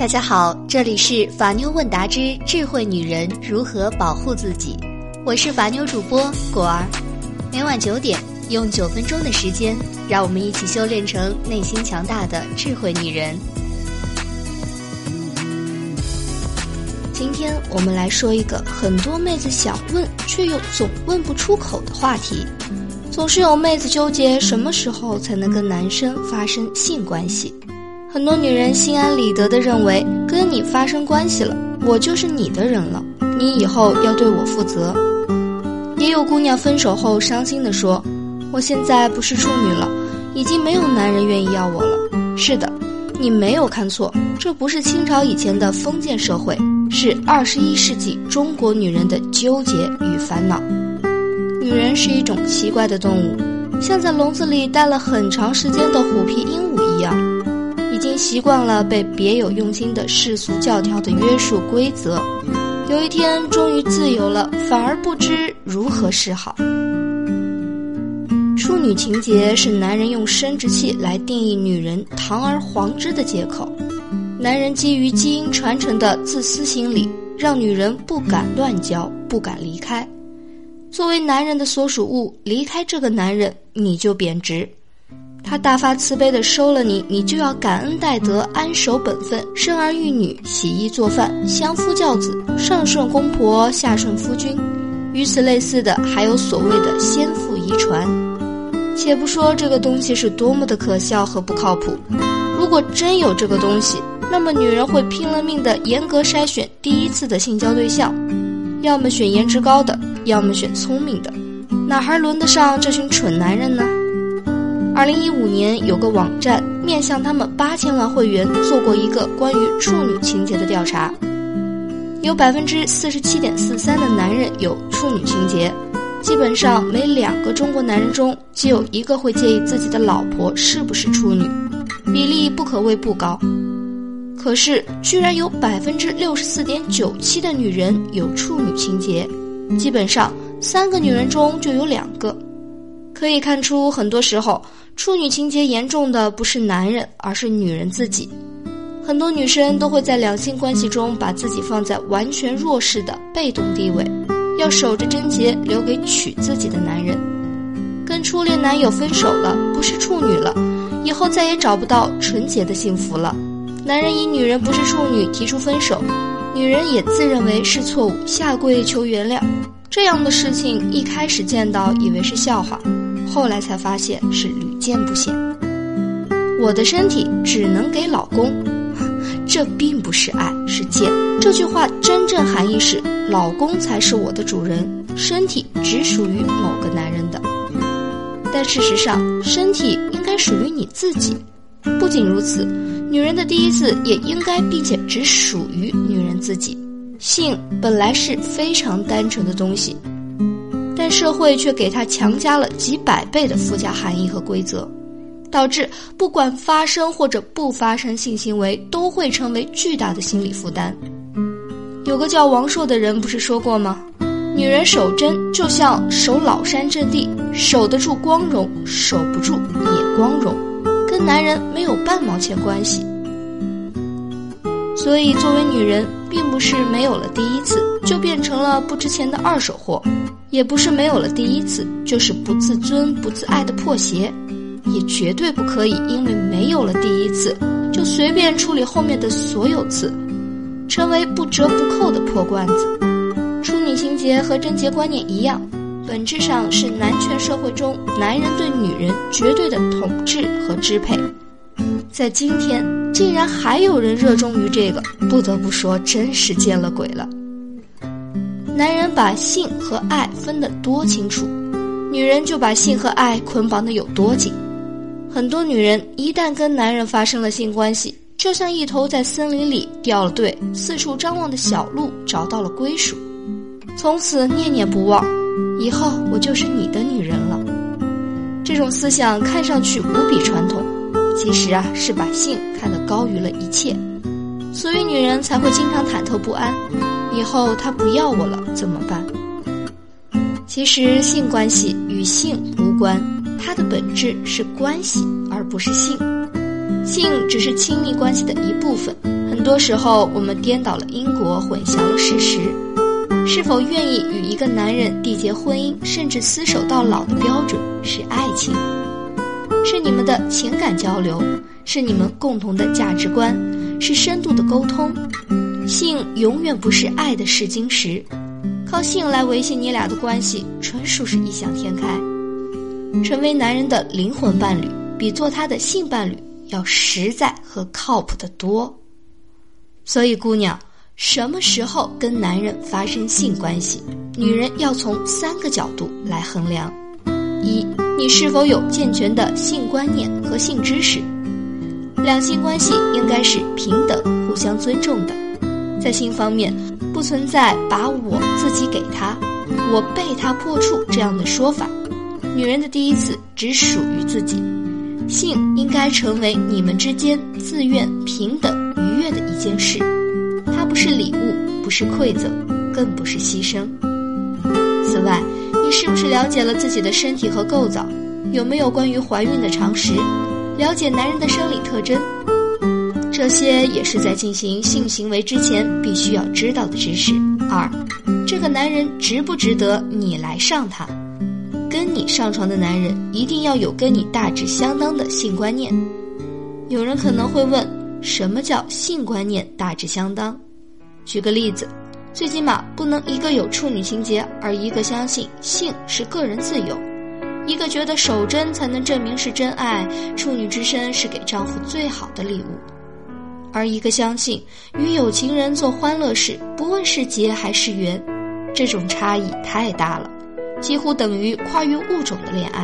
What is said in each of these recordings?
大家好，这里是法妞问答之智慧女人如何保护自己，我是法妞主播果儿。每晚9点，用9分钟的时间，让我们一起修炼成内心强大的智慧女人。今天我们来说一个很多妹子想问却又总问不出口的话题。总是有妹子纠结什么时候才能跟男生发生性关系。很多女人心安理得地认为，跟你发生关系了，我就是你的人了，你以后要对我负责。也有姑娘分手后伤心地说，我现在不是处女了，已经没有男人愿意要我了。是的，你没有看错，这不是清朝以前的封建社会，是21世纪中国女人的纠结与烦恼。女人是一种奇怪的动物，像在笼子里待了很长时间的虎皮鹦鹉一样，已经习惯了被别有用心的世俗教条的约束规则，有一天终于自由了，反而不知如何是好。处女情节是男人用生殖器来定义女人堂而皇之的借口，男人基于基因传承的自私心理，让女人不敢乱交，不敢离开。作为男人的所属物，离开这个男人你就贬值。他大发慈悲地收了你，你就要感恩戴德，安守本分，生儿育女，洗衣做饭，相夫教子，上顺公婆，下顺夫君。与此类似的还有所谓的先父遗传。且不说这个东西是多么的可笑和不靠谱，如果真有这个东西，那么女人会拼了命地严格筛选第一次的性交对象，要么选颜值高的，要么选聪明的，哪还轮得上这群蠢男人呢？2015年有个网站面向他们8000万会员做过一个关于处女情节的调查，有 47.43% 的男人有处女情节，基本上每2个中国男人中就有1个会介意自己的老婆是不是处女，比例不可谓不高。可是居然有 64.97% 的女人有处女情节，基本上3个女人中就有2个。可以看出，很多时候处女情节严重的不是男人，而是女人自己。很多女生都会在两性关系中把自己放在完全弱势的被动地位，要守着贞洁留给娶自己的男人。跟初恋男友分手了，不是处女了，以后再也找不到纯洁的幸福了。男人以女人不是处女提出分手，女人也自认为是错误，下跪求原谅。这样的事情一开始见到以为是笑话，后来才发现是屡见不鲜。我的身体只能给老公，这并不是爱，是贱。这句话真正含义是，老公才是我的主人，身体只属于某个男人的。但事实上，身体应该属于你自己。不仅如此，女人的第一次也应该并且只属于女人自己。性本来是非常单纯的东西，但社会却给它强加了几百倍的附加含义和规则，导致不管发生或者不发生性行为都会成为巨大的心理负担。有个叫王朔的人不是说过吗？女人守贞就像守老山阵地，守得住光荣，守不住也光荣，跟男人没有半毛钱关系。所以作为女人，并不是没有了第一次就变成了不值钱的二手货，也不是没有了第一次就是不自尊不自爱的破鞋，也绝对不可以因为没有了第一次就随便处理后面的所有次，成为不折不扣的破罐子。处女情节和贞洁观念一样，本质上是男权社会中男人对女人绝对的统治和支配。在今天竟然还有人热衷于这个，不得不说真是见了鬼了。男人把性和爱分得多清楚，女人就把性和爱捆绑得有多紧。很多女人一旦跟男人发生了性关系，就像一头在森林里掉了队，四处张望的小鹿找到了归属，从此念念不忘，以后我就是你的女人了。这种思想看上去无比传统，其实是把性看得高于了一切，所以女人才会经常忐忑不安，以后他不要我了怎么办？其实性关系与性无关，它的本质是关系而不是性。性只是亲密关系的一部分，很很多时候我们颠倒了因果，混淆了事实。是否愿意与一个男人缔结婚姻，甚至厮守到老的标准是爱情，是你们的情感交流，是你们共同的价值观，是深度的沟通。性永远不是爱的试金石，靠性来维系你俩的关系，纯属是异想天开。成为男人的灵魂伴侣，比做他的性伴侣要实在和靠谱得多。所以姑娘，什么时候跟男人发生性关系，女人要从3个角度来衡量。一，你是否有健全的性观念和性知识。两性关系应该是平等、互相尊重的，在性方面不存在把我自己给他，我被他破处这样的说法。女人的第一次只属于自己，性应该成为你们之间自愿、平等、愉悦的一件事。它不是礼物，不是馈赠，更不是牺牲。此外，你是不是了解了自己的身体和构造？有没有关于怀孕的常识？了解男人的生理特征？这些也是在进行性行为之前必须要知道的知识。2，这个男人值不值得你来上他？跟你上床的男人一定要有跟你大致相当的性观念。有人可能会问，什么叫性观念大致相当？举个例子，最起码不能一个有处女情节，而一个相信性是个人自由，一个觉得守贞才能证明是真爱，处女之身是给丈夫最好的礼物，而一个相信与有情人做欢乐事，不问是劫还是缘。这种差异太大了，几乎等于跨越物种的恋爱。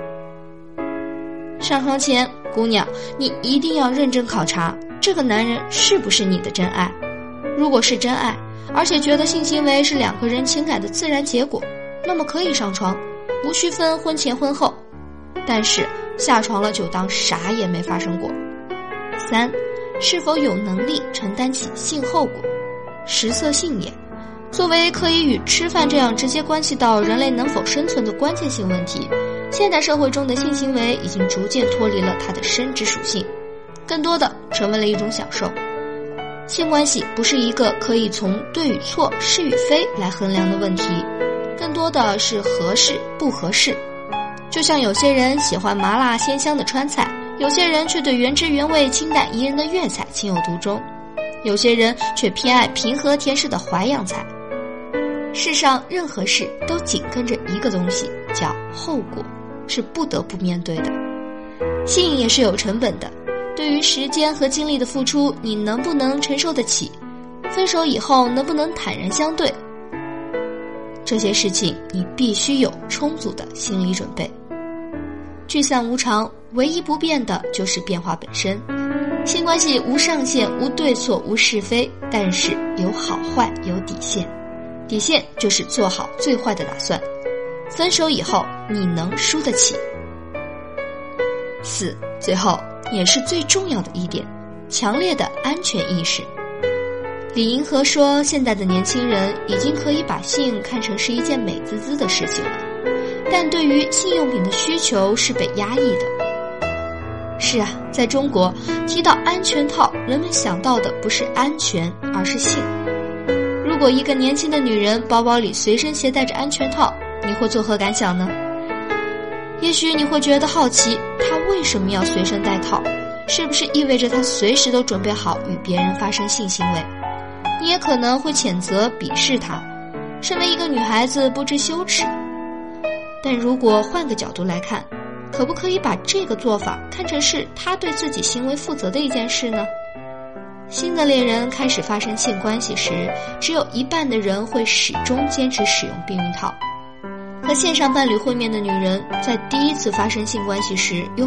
上床前，姑娘，你一定要认真考察这个男人是不是你的真爱。如果是真爱，而且觉得性行为是2个人情感的自然结果，那么可以上床，无需分婚前婚后。但是下床了就当啥也没发生过。3，是否有能力承担起性后果？食色性也，作为可以与吃饭这样直接关系到人类能否生存的关键性问题，现代社会中的性行为已经逐渐脱离了它的生殖属性，更多的成为了一种享受。性关系不是一个可以从对与错、是与非来衡量的问题，更多的是合适不合适。就像有些人喜欢麻辣鲜香的川菜，有些人却对原汁原味清淡宜人的粤菜情有独钟，有些人却偏爱平和甜食的淮扬菜。世上任何事都紧跟着一个东西，叫后果，是不得不面对的。性也是有成本的，对于时间和精力的付出，你能不能承受得起？分手以后能不能坦然相对？这些事情你必须有充足的心理准备。聚散无常，唯一不变的就是变化本身。性关系无上限，无对错，无是非，但是有好坏，有底线。底线就是做好最坏的打算，分手以后你能输得起。4，最后也是最重要的一点，强烈的安全意识。李银河说，现在的年轻人已经可以把性看成是一件美滋滋的事情了，但对于性用品的需求是被压抑的。是啊，在中国提到安全套，人们想到的不是安全，而是性。如果一个年轻的女人包包里随身携带着安全套，你会作何感想呢？也许你会觉得好奇，她为什么要随身带套？是不是意味着她随时都准备好与别人发生性行为？你也可能会谴责、鄙视她，身为一个女孩子不知羞耻。但如果换个角度来看，可不可以把这个做法看成是她对自己行为负责的一件事呢？新的恋人开始发生性关系时，只有一半的人会始终坚持使用避孕套。和线上伴侣会面的女人，在第一次发生性关系时，有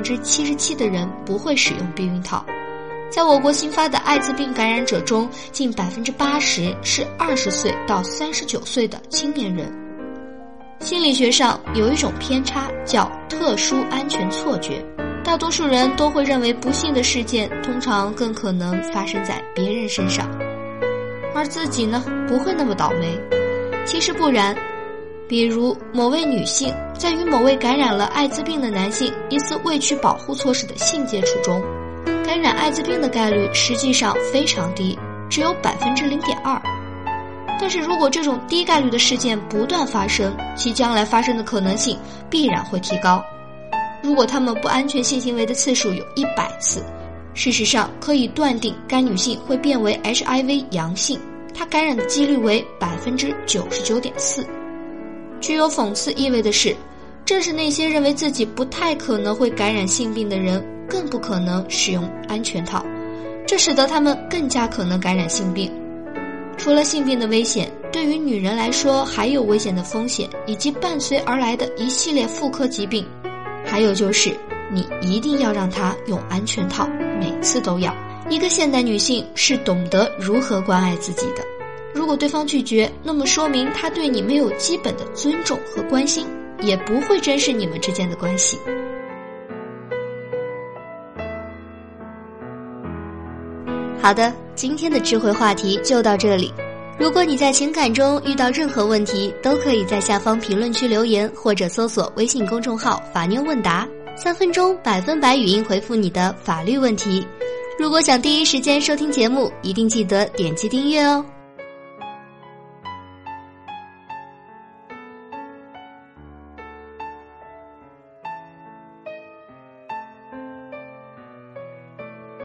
77% 的人不会使用避孕套。在我国新发的艾滋病感染者中，近 80% 是20岁到39岁的青年人。心理学上有一种偏差叫特殊安全错觉，大多数人都会认为不幸的事件通常更可能发生在别人身上，而自己呢，不会那么倒霉。其实不然，比如某位女性在与某位感染了艾滋病的男性疑似未取保护措施的性接触中， 感染艾滋病的概率实际上非常低，只有 0.2%。但是如果这种低概率的事件不断发生，其将来发生的可能性必然会提高。如果他们不安全性行为的次数有100次，事实上可以断定该女性会变为 HIV 阳性，她感染的几率为 99.4%。具有讽刺意味的是，正是那些认为自己不太可能会感染性病的人，更不可能使用安全套，这使得他们更加可能感染性病。除了性病的危险，对于女人来说还有危险的风险，以及伴随而来的一系列妇科疾病。还有就是你一定要让她用安全套，每次都要。一个现代女性是懂得如何关爱自己的，如果对方拒绝，那么说明她对你没有基本的尊重和关心，也不会珍视你们之间的关系。好的，今天的智慧话题就到这里。如果你在情感中遇到任何问题，都可以在下方评论区留言，或者搜索微信公众号法妞问答，3分钟100%语音回复你的法律问题。如果想第一时间收听节目，一定记得点击订阅哦。